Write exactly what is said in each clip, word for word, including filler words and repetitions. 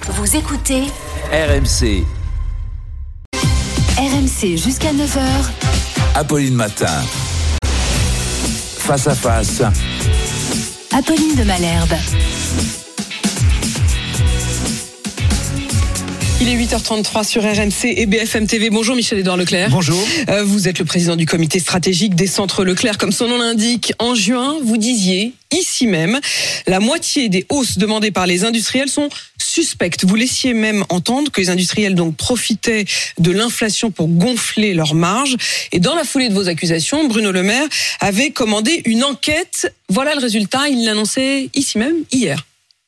Vous écoutez R M C. R M C jusqu'à neuf heures. Apolline Matin. Face à face. Apolline de Malherbe. Il est huit heures trente-trois sur R M C et B F M T V. Bonjour Michel-Édouard Leclerc. Bonjour. Euh, vous êtes le président du comité stratégique des centres Leclerc. Comme son nom l'indique, en juin, vous disiez, ici même, la moitié des hausses demandées par les industriels sont suspectes. Vous laissiez même entendre que les industriels donc profitaient de l'inflation pour gonfler leurs marges. Et dans la foulée de vos accusations, Bruno Le Maire avait commandé une enquête. Voilà le résultat, il l'annonçait ici même hier.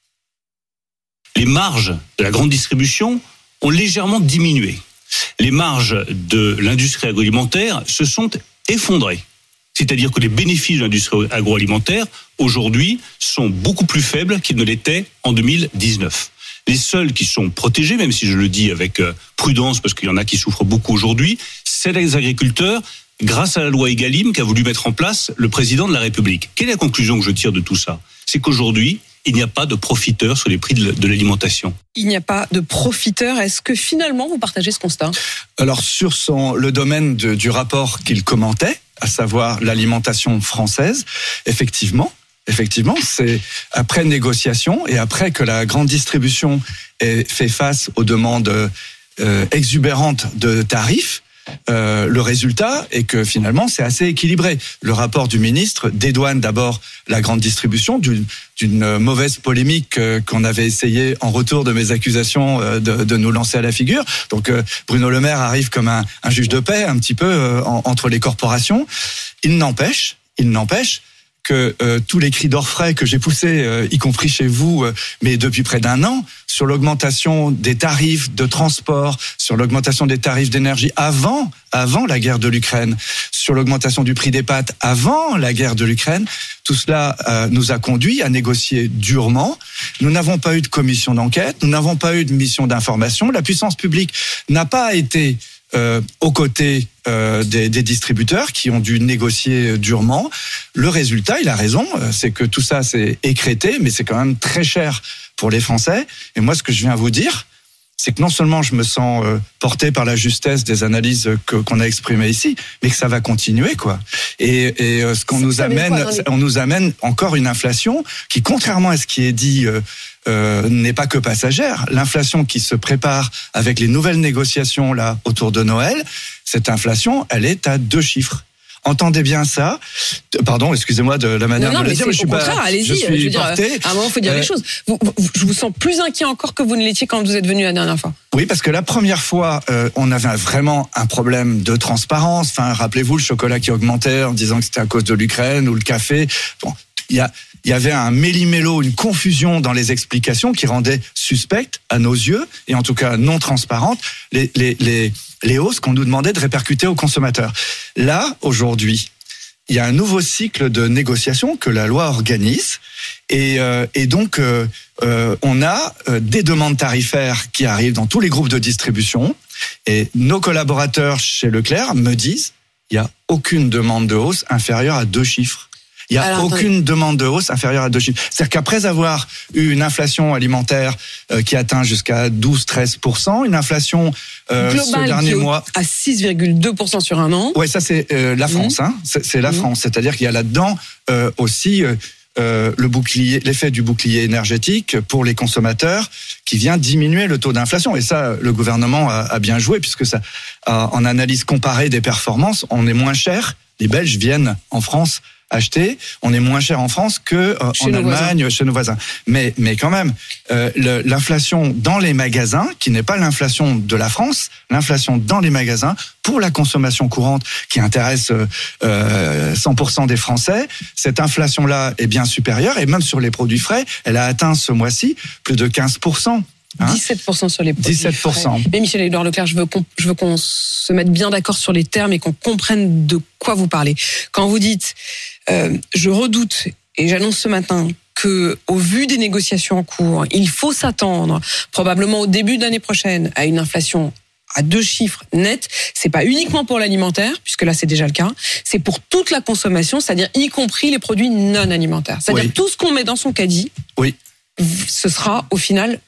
Les marges de la grande distribution ont légèrement diminué. Les marges de l'industrie agroalimentaire se sont effondrées. C'est-à-dire que les bénéfices de l'industrie agroalimentaire, aujourd'hui, sont beaucoup plus faibles qu'ils ne l'étaient en deux mille dix-neuf. Les seuls qui sont protégés, même si je le dis avec prudence, parce qu'il y en a qui souffrent beaucoup aujourd'hui, c'est les agriculteurs, grâce à la loi Egalim qu'a voulu mettre en place le président de la République. Quelle est la conclusion que je tire de tout ça ? C'est qu'aujourd'hui, il n'y a pas de profiteurs sur les prix de l'alimentation. Il n'y a pas de profiteurs. Est-ce que finalement vous partagez ce constat ? Alors sur son, le domaine de, du rapport qu'il commentait, à savoir l'alimentation française, effectivement, effectivement, c'est après négociation et après que la grande distribution ait fait face aux demandes euh, exubérantes de tarifs, Euh, le résultat est que finalement c'est assez équilibré. Le rapport du ministre dédouane d'abord la grande distribution d'une, d'une mauvaise polémique euh, qu'on avait essayé en retour de mes accusations euh, de, de nous lancer à la figure. Donc euh, Bruno Le Maire arrive comme un, un juge de paix un petit peu euh, en, entre les corporations. Il n'empêche, il n'empêche que euh, tous les cris d'orfraie que j'ai poussés, euh, y compris chez vous, euh, mais depuis près d'un an, sur l'augmentation des tarifs de transport, sur l'augmentation des tarifs d'énergie avant, avant la guerre de l'Ukraine, sur l'augmentation du prix des pâtes avant la guerre de l'Ukraine, tout cela euh, nous a conduit à négocier durement. Nous n'avons pas eu de commission d'enquête, nous n'avons pas eu de mission d'information. La puissance publique n'a pas été Euh, aux côtés euh, des, des distributeurs qui ont dû négocier durement. Le résultat, il a raison, c'est que tout ça c'est écrété, mais c'est quand même très cher pour les Français. Et moi, ce que je viens vous dire, c'est que non seulement je me sens euh, porté par la justesse des analyses que, qu'on a exprimées ici, mais que ça va continuer, quoi. Et, et euh, ce qu'on nous amène, quoi, on nous amène encore une inflation qui, contrairement à ce qui est dit, euh, Euh, n'est pas que passagère. L'inflation qui se prépare avec les nouvelles négociations là autour de Noël, cette inflation, elle est à deux chiffres. Entendez bien ça. Pardon, excusez-moi de la manière non, non, de le dire, mais je suis au contraire, pas. allez-y. Je suis je veux dire, porté. à un moment, il faut dire euh, les choses. Vous, vous, je vous sens plus inquiet encore que vous ne l'étiez quand vous êtes venu la dernière fois. Oui, parce que la première fois, euh, on avait vraiment un problème de transparence. Enfin, rappelez-vous le chocolat qui augmentait en disant que c'était à cause de l'Ukraine ou le café. Bon, il y a. Il y avait un méli-mélo, une confusion dans les explications qui rendait suspectes à nos yeux, et en tout cas non transparentes, les, les, les, les hausses qu'on nous demandait de répercuter aux consommateurs. Là, aujourd'hui, il y a un nouveau cycle de négociation que la loi organise, et, euh, et donc euh, euh, on a euh, des demandes tarifaires qui arrivent dans tous les groupes de distribution, et nos collaborateurs chez Leclerc me disent il n'y a aucune demande de hausse inférieure à deux chiffres. Il n'y a Alors, aucune attendez. demande de hausse inférieure à deux chiffres. C'est-à-dire qu'après avoir eu une inflation alimentaire euh, qui atteint jusqu'à douze à treize pour cent, une inflation euh, globale ce dernier mois à six virgule deux pour cent sur un an. Ouais, ça c'est euh, la France. Mmh. Hein. C'est, c'est la mmh. France. C'est-à-dire qu'il y a là-dedans euh, aussi euh, euh, le bouclier, l'effet du bouclier énergétique pour les consommateurs qui vient diminuer le taux d'inflation. Et ça, le gouvernement a, a bien joué puisque ça, en analyse comparée des performances, on est moins cher. Les Belges viennent en France acheter, on est moins cher en France que euh, en Allemagne, voisins. chez nos voisins. Mais mais quand même, euh, le, l'inflation dans les magasins, qui n'est pas l'inflation de la France, l'inflation dans les magasins pour la consommation courante qui intéresse euh, cent pour cent des Français, cette inflation-là est bien supérieure et même sur les produits frais, elle a atteint ce mois-ci plus de quinze pour cent. Hein dix-sept pour cent sur les produits dix-sept pour cent. frais. Mais Michel-Édouard Leclerc, je veux, qu'on, je veux qu'on se mette bien d'accord sur les termes et qu'on comprenne de quoi vous parlez. Quand vous dites euh, je redoute, et j'annonce ce matin que, au vu des négociations en cours, il faut s'attendre probablement au début de l'année prochaine à une inflation à deux chiffres nets, c'est pas uniquement pour l'alimentaire, puisque là c'est déjà le cas, c'est pour toute la consommation, c'est-à-dire y compris les produits non alimentaires. C'est-à-dire oui. tout ce qu'on met dans son caddie, oui. ce sera au final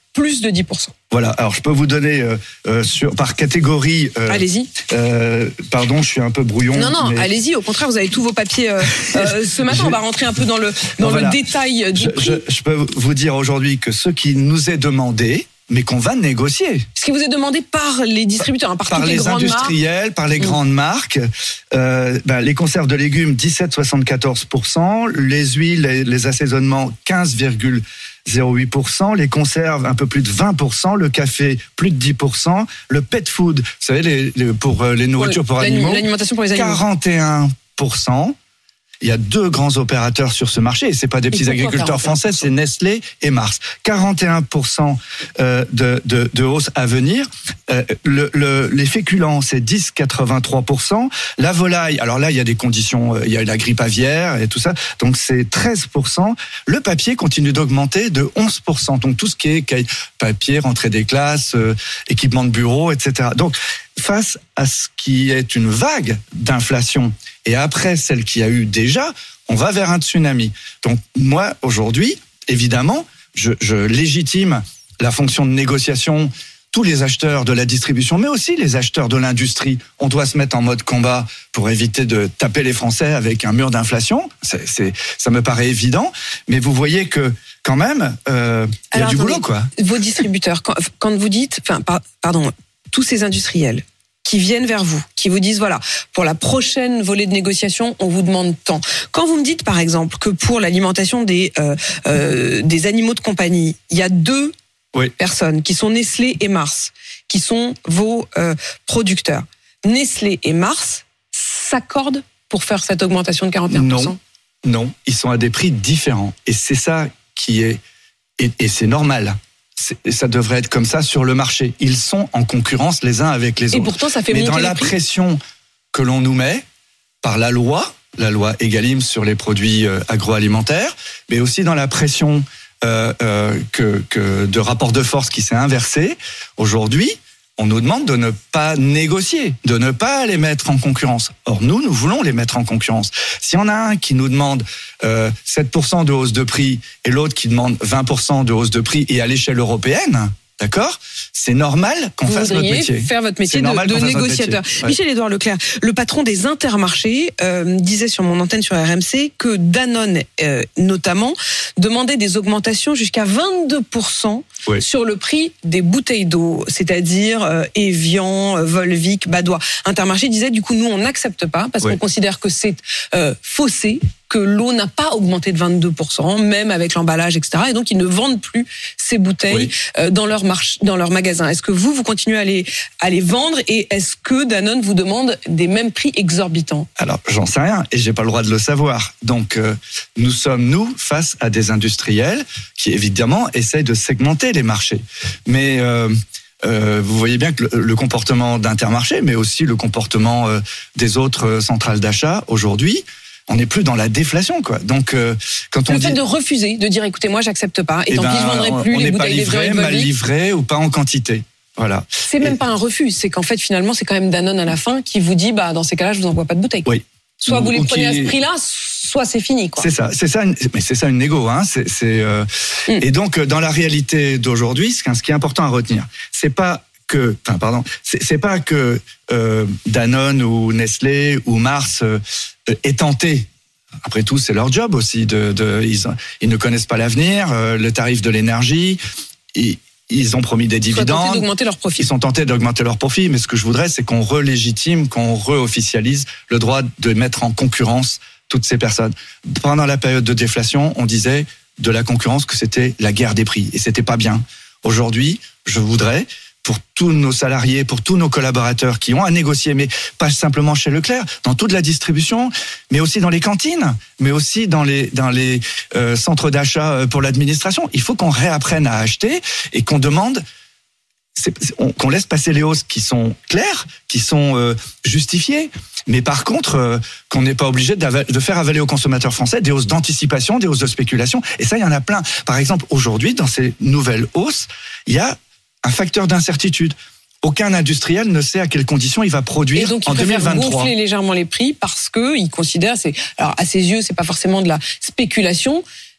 plus de dix pour cent. Voilà, alors je peux vous donner euh, euh, sur, par catégorie... Euh, allez-y. Euh, pardon, je suis un peu brouillon. Non, non, mais... allez-y, au contraire, vous avez tous vos papiers euh, euh, ce matin. On va rentrer un peu dans le, dans bon, voilà. le détail du je, prix. Je, je peux vous dire aujourd'hui que ce qui nous est demandé, mais qu'on va négocier. Ce qui vous est demandé par les distributeurs, hein, par, par toutes les, les grandes industriels, marques. par les mmh. grandes marques. Euh, ben, les conserves de légumes, dix-sept virgule soixante-quatorze pour cent. Les huiles, les, les assaisonnements, quinze virgule zéro huit pour cent. Les conserves, un peu plus de vingt pour cent. Le café, plus de dix pour cent. Le pet food, vous savez, les, les, pour les nourritures pour, pour animaux, l'alimentation pour les animaux, quarante et un pour cent. Il y a deux grands opérateurs sur ce marché, et c'est pas des petits agriculteurs français, c'est Nestlé et Mars. quarante et un pour cent de, de, de hausse à venir. Euh, le, le, les féculents, c'est dix virgule quatre-vingt-trois pour cent. La volaille, alors là, il y a des conditions, il y a la grippe aviaire et tout ça, donc c'est treize pour cent. Le papier continue d'augmenter de onze pour cent. Donc tout ce qui est papier, rentrée des classes, euh, équipement de bureau, et cetera. Donc, face à ce qui est une vague d'inflation, et après celle qu'il y a eu déjà, on va vers un tsunami. Donc moi, aujourd'hui, évidemment, je, je légitime la fonction de négociation, tous les acheteurs de la distribution, mais aussi les acheteurs de l'industrie. On doit se mettre en mode combat pour éviter de taper les Français avec un mur d'inflation. C'est, c'est, ça me paraît évident, mais vous voyez que quand même, euh, il y a du boulot, quoi. Vos distributeurs, quand, quand vous dites, enfin, pardon, tous ces industriels qui viennent vers vous, qui vous disent, voilà, pour la prochaine volée de négociation, on vous demande tant. Quand vous me dites, par exemple, que pour l'alimentation des, euh, euh, des animaux de compagnie, il y a deux oui. personnes qui sont Nestlé et Mars, qui sont vos euh, producteurs. Nestlé et Mars s'accordent pour faire cette augmentation de quarante et un pour cent ? Non, non, ils sont à des prix différents. Et c'est ça qui est... Et, et c'est normal. C'est, ça devrait être comme ça sur le marché. Ils sont en concurrence les uns avec les et autres. Et pourtant, ça fait Mais monter dans les la prix. pression que l'on nous met par la loi, la loi Egalim sur les produits agroalimentaires, mais aussi dans la pression euh, euh, que, que de rapport de force qui s'est inversé, aujourd'hui, on nous demande de ne pas négocier, de ne pas les mettre en concurrence. Or, nous, nous voulons les mettre en concurrence. Si on a un qui nous demande euh, sept pour cent de hausse de prix et l'autre qui demande vingt pour cent de hausse de prix et à l'échelle européenne, d'accord ? C'est normal qu'on Vous fasse notre métier. Faire votre métier de, de négociateur. Ouais. Michel-Édouard Leclerc, le patron des Intermarchés euh, disait sur mon antenne sur R M C que Danone, euh, notamment, demandait des augmentations jusqu'à vingt-deux pour cent oui. sur le prix des bouteilles d'eau, c'est-à-dire euh, Evian, Volvic, Badois. Intermarché disait, du coup, nous, on n'accepte pas parce oui. qu'on considère que c'est euh, faussé, que l'eau n'a pas augmenté de vingt-deux pour cent, même avec l'emballage, et cetera. Et donc, ils ne vendent plus ces bouteilles oui. euh, dans leur marché, dans leur magasin. Est-ce que vous, vous continuez à les, à les vendre et est-ce que Danone vous demande des mêmes prix exorbitants ? Alors, j'en sais rien et j'ai pas le droit de le savoir. Donc, euh, nous sommes, nous, face à des industriels qui, évidemment, essayent de segmenter les marchés. Mais... Euh, Euh, vous voyez bien que le, le comportement d'Intermarché, mais aussi le comportement euh, des autres euh, centrales d'achat aujourd'hui, on n'est plus dans la déflation, quoi. Donc, euh, quand on le dit... fait de refuser, de dire, écoutez, moi, j'accepte pas, et, et tant ben, pis, je vendrai plus on les n'est bouteilles pas livré, mal livré ou pas en quantité. Voilà. C'est même et... pas un refus, c'est qu'en fait, finalement, c'est quand même Danone à la fin qui vous dit, bah, dans ces cas-là, je vous envoie pas de bouteilles. Oui. Soit vous les prenez qui... à ce prix-là, soit c'est fini, quoi. C'est ça, c'est ça, une... mais c'est ça une négo, hein. C'est, c'est euh... mm. Et donc, dans la réalité d'aujourd'hui, ce qui est important à retenir, c'est pas que, enfin, pardon, c'est, c'est pas que euh, Danone ou Nestlé ou Mars euh, est tenté. Après tout, c'est leur job aussi. De, de, ils, ils ne connaissent pas l'avenir, euh, le tarif de l'énergie. Ils, ils ont promis des dividendes. Ils sont tentés d'augmenter leurs profits. Ils sont tentés d'augmenter leurs profits. Mais ce que je voudrais, c'est qu'on relégitime, qu'on re-officialise le droit de mettre en concurrence toutes ces personnes. Pendant la période de déflation, on disait de la concurrence que c'était la guerre des prix. Et c'était pas bien. Aujourd'hui, je voudrais... pour tous nos salariés, pour tous nos collaborateurs qui ont à négocier, mais pas simplement chez Leclerc, dans toute la distribution, mais aussi dans les cantines, mais aussi dans les, dans les euh, centres d'achat pour l'administration. Il faut qu'on réapprenne à acheter et qu'on demande, c'est, on, qu'on laisse passer les hausses qui sont claires, qui sont euh, justifiées, mais par contre, euh, qu'on n'est pas obligé de faire avaler aux consommateurs français des hausses d'anticipation, des hausses de spéculation. Et ça, il y en a plein. Par exemple, aujourd'hui, dans ces nouvelles hausses, il y a un facteur d'incertitude. Aucun industriel ne sait à quelles conditions il va produire et donc, il en deux mille vingt-trois. Gonfler légèrement les prix parce que il considère, c'est alors à ses yeux, c'est pas forcément de la spéculation,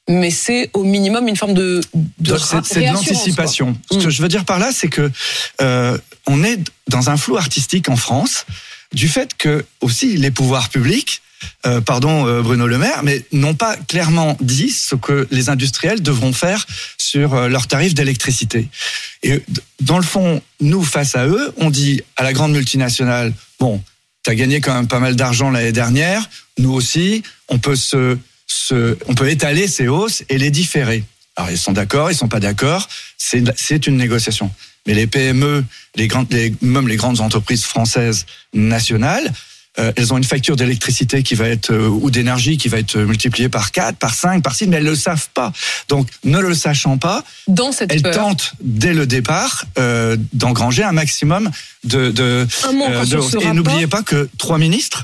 mais c'est au minimum une forme de, de Donc, c'est, c'est de l'anticipation. Ce que je veux dire par là, c'est que euh, on est dans un flou artistique en France du fait que aussi les pouvoirs publics, euh, pardon euh, Bruno Le Maire, mais n'ont pas clairement dit ce que les industriels devront faire sur euh, leurs tarifs d'électricité. Et dans le fond, nous face à eux, on dit à la grande multinationale, bon, t'as gagné quand même pas mal d'argent l'année dernière, nous aussi, on peut se, se on peut étaler ces hausses et les différer. Alors ils sont d'accord, ils sont pas d'accord, c'est c'est une négociation. Mais les P M E, les grandes, les, même les grandes entreprises françaises nationales, euh, elles ont une facture d'électricité qui va être euh, ou d'énergie qui va être multipliée par quatre, par cinq, par six, mais elles le savent pas. Donc, ne le sachant pas, dans cette elles peur. tentent dès le départ euh, d'engranger un maximum de. de, un mot euh, de sur ce et rapport. n'oubliez pas que trois ministres,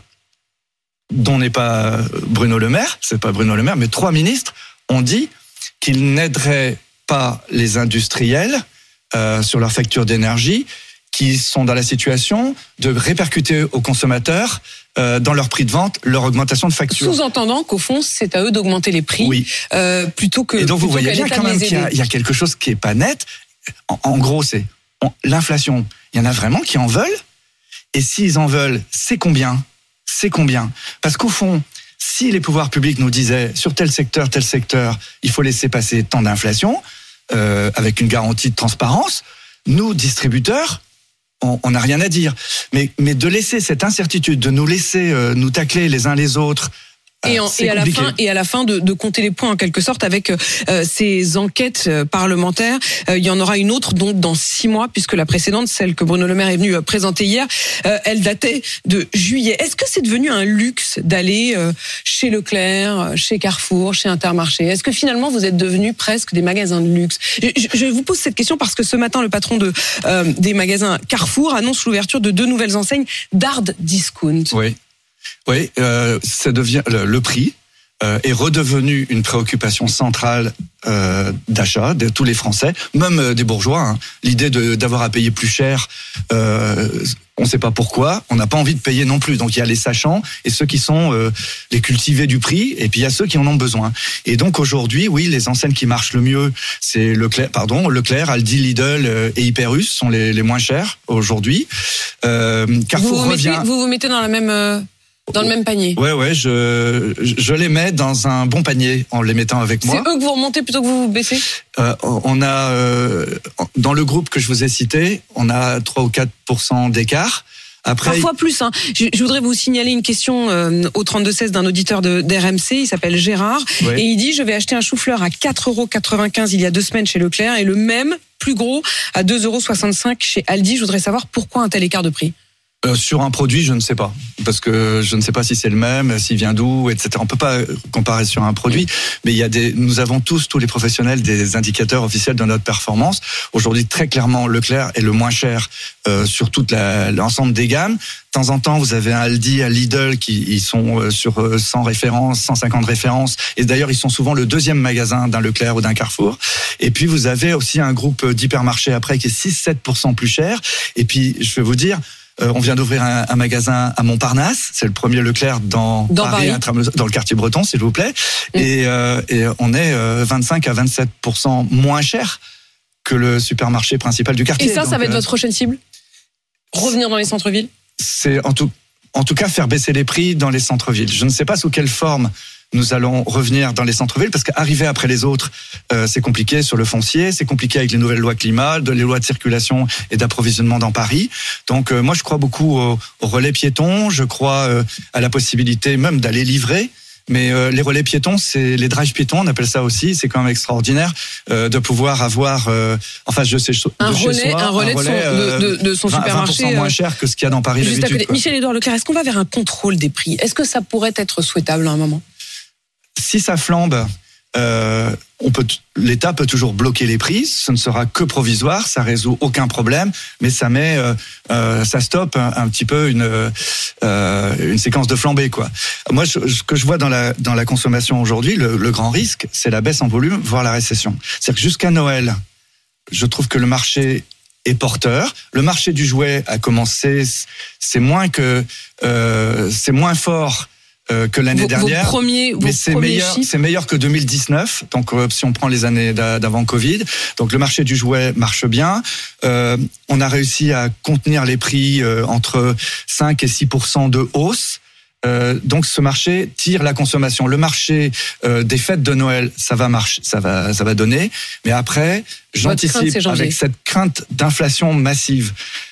dont n'est pas Bruno Le Maire, c'est pas Bruno Le Maire, mais trois ministres ont dit qu'ils n'aideraient pas les industriels euh, sur leur facture d'énergie, qui sont dans la situation de répercuter aux consommateurs euh, dans leur prix de vente leur augmentation de facture. Sous-entendant qu'au fond, c'est à eux d'augmenter les prix, oui. euh, plutôt que. Et donc vous plutôt voyez bien quand même qu'il y a, il y a quelque chose qui est pas net. En, en gros, c'est on, l'inflation. Il y en a vraiment qui en veulent. Et s'ils en veulent, c'est combien ? C'est combien ? Parce qu'au fond, si les pouvoirs publics nous disaient sur tel secteur, tel secteur, il faut laisser passer tant d'inflation euh, avec une garantie de transparence, nous distributeurs, on n'a rien à dire. Mais, mais de laisser cette incertitude, de nous laisser euh, nous tacler les uns les autres, Et, en, et, à la fin, et à la fin de, de compter les points en quelque sorte avec euh, ces enquêtes parlementaires. Euh, il y en aura une autre donc dans six mois puisque la précédente, celle que Bruno Le Maire est venu présenter hier, euh, elle datait de juillet. Est-ce que c'est devenu un luxe d'aller euh, chez Leclerc, chez Carrefour, chez Intermarché ? Est-ce que finalement vous êtes devenus presque des magasins de luxe ? je, je, je vous pose cette question parce que ce matin le patron de euh, des magasins Carrefour annonce l'ouverture de deux nouvelles enseignes d'hard discount. Oui. Oui, euh, ça devient le, le prix euh, est redevenu une préoccupation centrale euh, d'achat de tous les Français, même euh, des bourgeois. Hein. L'idée de, d'avoir à payer plus cher, euh, on ne sait pas pourquoi. On n'a pas envie de payer non plus. Donc il y a les sachants et ceux qui sont euh, les cultivés du prix, et puis il y a ceux qui en ont besoin. Et donc aujourd'hui, oui, les enseignes qui marchent le mieux, c'est Leclerc, pardon, Leclerc, Aldi, Lidl euh, et Hyperus sont les, les moins chers aujourd'hui. Euh, Carrefour vous vous revient. Mettez, vous vous mettez dans la même. Euh... Dans le même panier. Ouais, ouais, je, je les mets dans un bon panier en les mettant avec moi. C'est eux que vous remontez plutôt que vous vous baissez ? euh, On a, euh, dans le groupe que je vous ai cité, on a trois ou quatre pour cent d'écart. Après, Parfois plus. Hein. Je, je voudrais vous signaler une question euh, au trente-deux seize d'un auditeur de, d'R M C, il s'appelle Gérard, ouais. Et il dit « Je vais acheter un chou-fleur à quatre euros quatre-vingt-quinze il y a deux semaines chez Leclerc et le même, plus gros, à deux euros soixante-cinq chez Aldi. Je voudrais savoir pourquoi un tel écart de prix ?» Euh, sur un produit, je ne sais pas, parce que je ne sais pas si c'est le même, s'il vient d'où, et cetera. On peut pas comparer sur un produit, mais il y a des, nous avons tous, tous les professionnels, des indicateurs officiels de notre performance. Aujourd'hui, très clairement, Leclerc est le moins cher euh, sur toute la, l'ensemble des gammes. De temps en temps, vous avez un Aldi, un Lidl qui ils sont sur cent références, cent cinquante références, et d'ailleurs, ils sont souvent le deuxième magasin d'un Leclerc ou d'un Carrefour. Et puis, vous avez aussi un groupe d'hypermarchés après qui est six à sept pour cent plus cher. Et puis, je vais vous dire, Euh, on vient d'ouvrir un, un magasin à Montparnasse, c'est le premier Leclerc dans, dans Paris, Paris. dans le quartier breton, s'il vous plaît. Mmh. Et, euh, et on est euh, vingt-cinq à vingt-sept pour cent moins cher que le supermarché principal du quartier. Et ça, Donc, ça va être euh, votre prochaine cible ? Revenir dans les centres-villes ? C'est en tout, en tout cas faire baisser les prix dans les centres-villes. Je ne sais pas sous quelle forme nous allons revenir dans les centres-villes, parce qu'arriver après les autres, euh, c'est compliqué sur le foncier, c'est compliqué avec les nouvelles lois climat, les lois de circulation et d'approvisionnement dans Paris. Donc euh, moi, je crois beaucoup au, au relais piéton, je crois euh, à la possibilité même d'aller livrer. Mais euh, les relais piétons, c'est les drives piétons, on appelle ça aussi. C'est quand même extraordinaire euh, de pouvoir avoir, euh, enfin, je sais, de un chez relais, soi, un relais, un relais euh, de, son, de, de son vingt, supermarché, vingt pour cent moins cher que ce qu'il y a dans Paris juste d'habitude. À côté. Michel-Édouard Leclerc, est-ce qu'on va vers un contrôle des prix ? Est-ce que ça pourrait être souhaitable à un moment ? Si ça flambe, euh, on peut, l'État peut toujours bloquer les prix. Ce ne sera que provisoire, ça résout aucun problème, mais ça met, euh, euh, ça stoppe un, un petit peu une euh, une séquence de flambée, quoi. Moi, je, ce que je vois dans la dans la consommation aujourd'hui, le, le grand risque, c'est la baisse en volume, voire la récession. C'est-à-dire que jusqu'à Noël, je trouve que le marché est porteur. Le marché du jouet a commencé, c'est moins que euh, c'est moins fort euh, que l'année vos, dernière. Vos premiers, vos mais c'est premiers meilleur, chiffres. c'est meilleur que deux mille dix-neuf. Donc, euh, si on prend les années d'avant Covid, donc le marché du jouet marche bien. Euh, on a réussi à contenir les prix euh, entre cinq et six pour cent de hausse. Euh, donc ce marché tire la consommation. Le marché euh, des fêtes de Noël, ça va marcher, ça va, ça va donner. Mais après, j'anticipe avec cette crainte d'inflation massive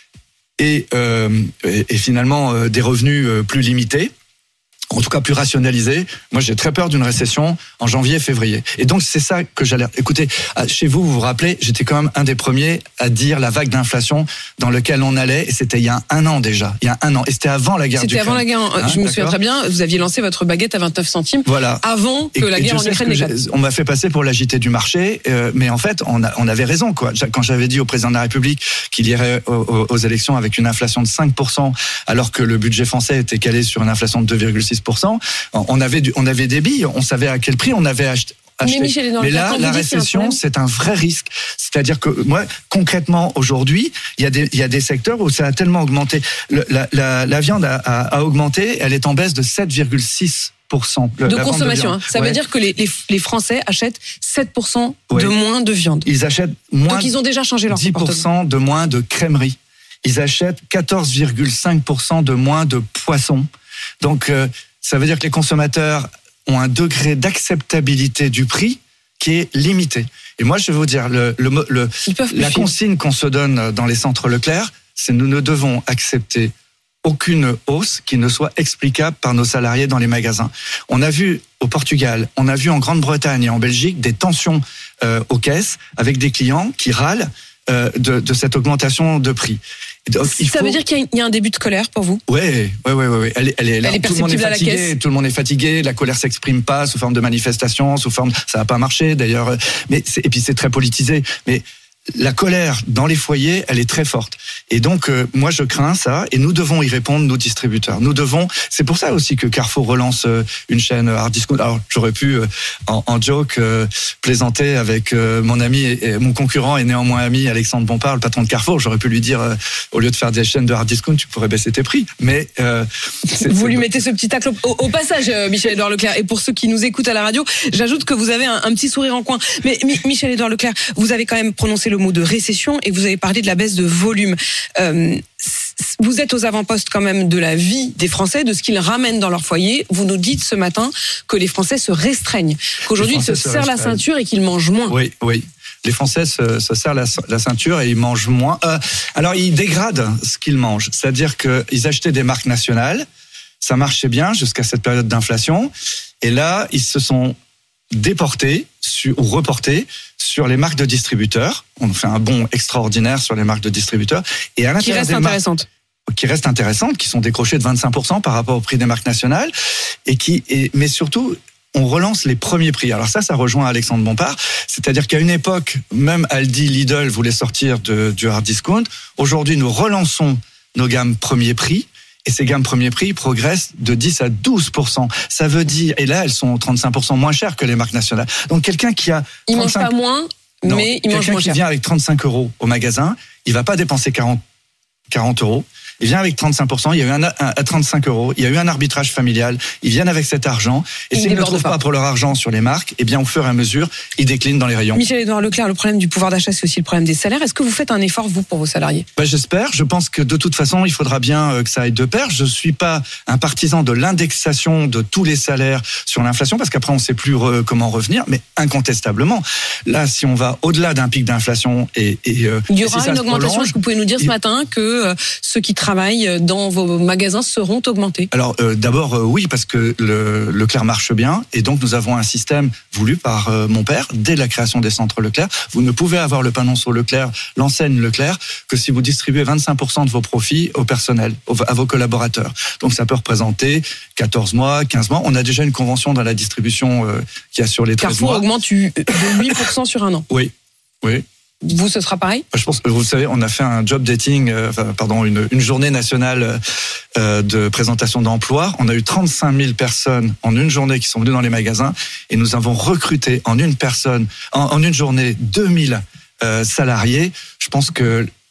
et, euh, et, et finalement euh, des revenus euh, plus limités, en tout cas plus rationalisés. Moi, j'ai très peur d'une récession en janvier, février. Et donc, c'est ça que j'allais... Écoutez, chez vous, vous vous rappelez, j'étais quand même un des premiers à dire la vague d'inflation dans laquelle on allait, et c'était il y a un an déjà. Il y a un an. Et c'était avant la guerre d'Ukraine. C'était avant la guerre. Hein, je me souviens très bien, vous aviez lancé votre baguette à vingt-neuf centimes. Voilà. Avant que et, la guerre en Ukraine n'éclate. On m'a fait passer pour l'agité du marché, euh, mais en fait, on, a, on avait raison, quoi. Quand j'avais dit au président de la République qu'il irait aux, aux élections avec une inflation de cinq pour cent, alors que le budget français était calé sur une inflation de deux virgule six pour cent, on avait, du, on avait des billes, on savait à quel prix on avait acheté. Mais, Michel, mais là, la récession, c'est un vrai risque. C'est-à-dire que moi, concrètement, aujourd'hui, il y a des, il y a des secteurs où ça a tellement augmenté. Le, la, la, la viande a, a, a augmenté, elle est en baisse de sept virgule six pour cent. De consommation. De hein. Ça ouais. veut dire que les, les, les Français achètent sept pour cent ouais. de moins de viande. Ils achètent moins. Donc ils ont déjà changé leur dix pour cent de moins de crèmerie. Ils achètent quatorze virgule cinq pour cent de moins de poissons. Donc, euh, ça veut dire que les consommateurs ont un degré d'acceptabilité du prix qui est limité. Et moi, je vais vous dire, le, le, le, la consigne qu'on se donne dans les centres Leclerc, c'est nous ne devons accepter aucune hausse qui ne soit explicable par nos salariés dans les magasins. On a vu au Portugal, on a vu en Grande-Bretagne et en Belgique des tensions euh, aux caisses avec des clients qui râlent euh, de, de cette augmentation de prix. Donc, il ça faut... veut dire qu'il y a un début de colère pour vous ? Oui, ouais, ouais, ouais, ouais. Elle, elle est là. Elle est tout le monde est fatigué. À la caisse. Tout le monde est fatigué. La colère s'exprime pas sous forme de manifestation, sous forme. Ça n'a pas marché d'ailleurs. Mais et puis c'est très politisé. Mais la colère dans les foyers, elle est très forte. Et donc, euh, moi, je crains ça. Et nous devons y répondre, nos distributeurs. Nous devons. C'est pour ça aussi que Carrefour relance euh, une chaîne hard discount. Alors, j'aurais pu, euh, en, en joke, euh, plaisanter avec euh, mon ami et, et mon concurrent et néanmoins ami Alexandre Bompard, le patron de Carrefour. J'aurais pu lui dire, euh, au lieu de faire des chaînes de hard discount, tu pourrais baisser tes prix. Mais euh, c'est, vous c'est lui bon. Mettez ce petit tacle au, au passage, euh, Michel-Édouard Leclerc. Et pour ceux qui nous écoutent à la radio, j'ajoute que vous avez un, un petit sourire en coin. Mais mi- Michel-Édouard Leclerc, vous avez quand même prononcé le mot de récession. Et vous avez parlé de la baisse de volume. Euh, vous êtes aux avant-postes quand même de la vie des Français, de ce qu'ils ramènent dans leur foyer. Vous nous dites ce matin que les Français se restreignent, qu'aujourd'hui ils se, se serrent la ceinture et qu'ils mangent moins. Oui, oui. Les Français se, se serrent la, la ceinture et ils mangent moins. Euh, alors ils dégradent ce qu'ils mangent, c'est-à-dire qu'ils achetaient des marques nationales, ça marchait bien jusqu'à cette période d'inflation, et là ils se sont déportés sur, ou reportés sur les marques de distributeurs. On fait un bond extraordinaire sur les marques de distributeurs. Et à qui restent intéressantes. Qui restent intéressantes, qui sont décrochées de vingt-cinq pour cent par rapport au prix des marques nationales. Et qui, et, mais surtout, on relance les premiers prix. Alors ça, ça rejoint Alexandre Bompard. C'est-à-dire qu'à une époque, même Aldi, Lidl voulaient sortir de, du hard discount. Aujourd'hui, nous relançons nos gammes premiers prix. Et ces gammes premiers prix progressent de dix à douze pour cent. Ça veut dire, et là, elles sont trente-cinq pour cent moins chères que les marques nationales. Donc, quelqu'un qui a... Il mange pas moins, non, mais il mange moins cher. Quelqu'un qui vient avec trente-cinq euros au magasin, il va pas dépenser quarante, quarante euros. Il vient avec trente-cinq pour cent, il y a eu un, un à trente-cinq euros, il y a eu un arbitrage familial, ils viennent avec cet argent, et s'ils ne trouvent pas pour leur argent sur les marques, eh bien, au fur et à mesure, ils déclinent dans les rayons. Michel-Édouard Leclerc, le problème du pouvoir d'achat, c'est aussi le problème des salaires. Est-ce que vous faites un effort, vous, pour vos salariés ? Ben, j'espère. Je pense que de toute façon, il faudra bien que ça aille de pair. Je suis pas un partisan de l'indexation de tous les salaires sur l'inflation, parce qu'après, on sait plus re, comment revenir, mais incontestablement, là, si on va au-delà d'un pic d'inflation et... et il y aura si une augmentation, prolonge, est-ce que vous pouvez nous dire ce matin que euh, ceux qui travaillent dans vos magasins seront augmentés ? Alors euh, d'abord euh, oui, parce que le Leclerc marche bien et donc nous avons un système voulu par euh, mon père dès la création des centres Leclerc. Vous ne pouvez avoir le panonceau Leclerc, l'enseigne Leclerc, que si vous distribuez vingt-cinq pour cent de vos profits au personnel, au, à vos collaborateurs. Donc ça peut représenter quatorze mois, quinze mois. On a déjà une convention dans la distribution euh, qui assure les treize Carrefour mois. Carrefour augmente de huit pour cent sur un an. Oui, oui. Vous, ce sera pareil ? Je pense que vous savez, on a fait un job dating, euh, enfin, pardon, une, une journée nationale euh, de présentation d'emploi. On a eu trente-cinq mille personnes en une journée qui sont venues dans les magasins et nous avons recruté en une personne, en, en une journée, deux mille euh, salariés. Je pense que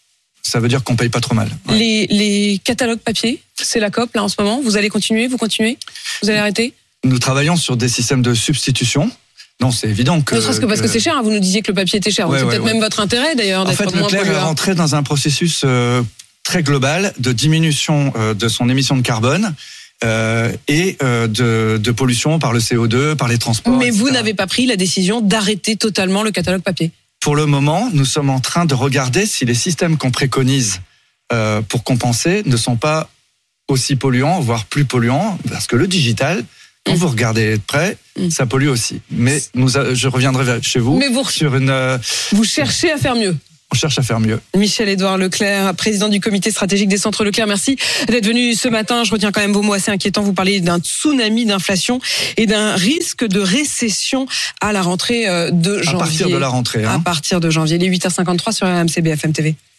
ça veut dire qu'on paye pas trop mal. Ouais. Les, les catalogues papier, c'est la COP là en ce moment. Vous allez continuer, vous continuez, vous allez arrêter? Nous travaillons sur des systèmes de substitution. Non, c'est évident que... Ne serait-ce que parce que, que c'est cher, hein. Vous nous disiez que le papier était cher. Ouais, c'est ouais, peut-être ouais. même votre intérêt d'ailleurs d'être en fait, moins Leclerc est pollueur. rentré dans un processus euh, très global de diminution euh, de son émission de carbone euh, et euh, de, de pollution par le C O deux, par les transports. Mais et cetera. vous n'avez pas pris la décision d'arrêter totalement le catalogue papier. Pour le moment, nous sommes en train de regarder si les systèmes qu'on préconise euh, pour compenser ne sont pas aussi polluants, voire plus polluants, parce que le digital, quand mmh. vous regardez de près, mmh. ça pollue aussi. Mais nous, a, je reviendrai chez vous Mais vous, sur une... Euh, vous cherchez à faire mieux. On cherche à faire mieux. Michel-Édouard Leclerc, président du comité stratégique des centres Leclerc, merci d'être venu ce matin. Je retiens quand même vos mots assez inquiétants. Vous parlez d'un tsunami d'inflation et d'un risque de récession à la rentrée de janvier. À partir de la rentrée. Hein. À partir de janvier. Les huit heures cinquante-trois sur R M C B F M T V.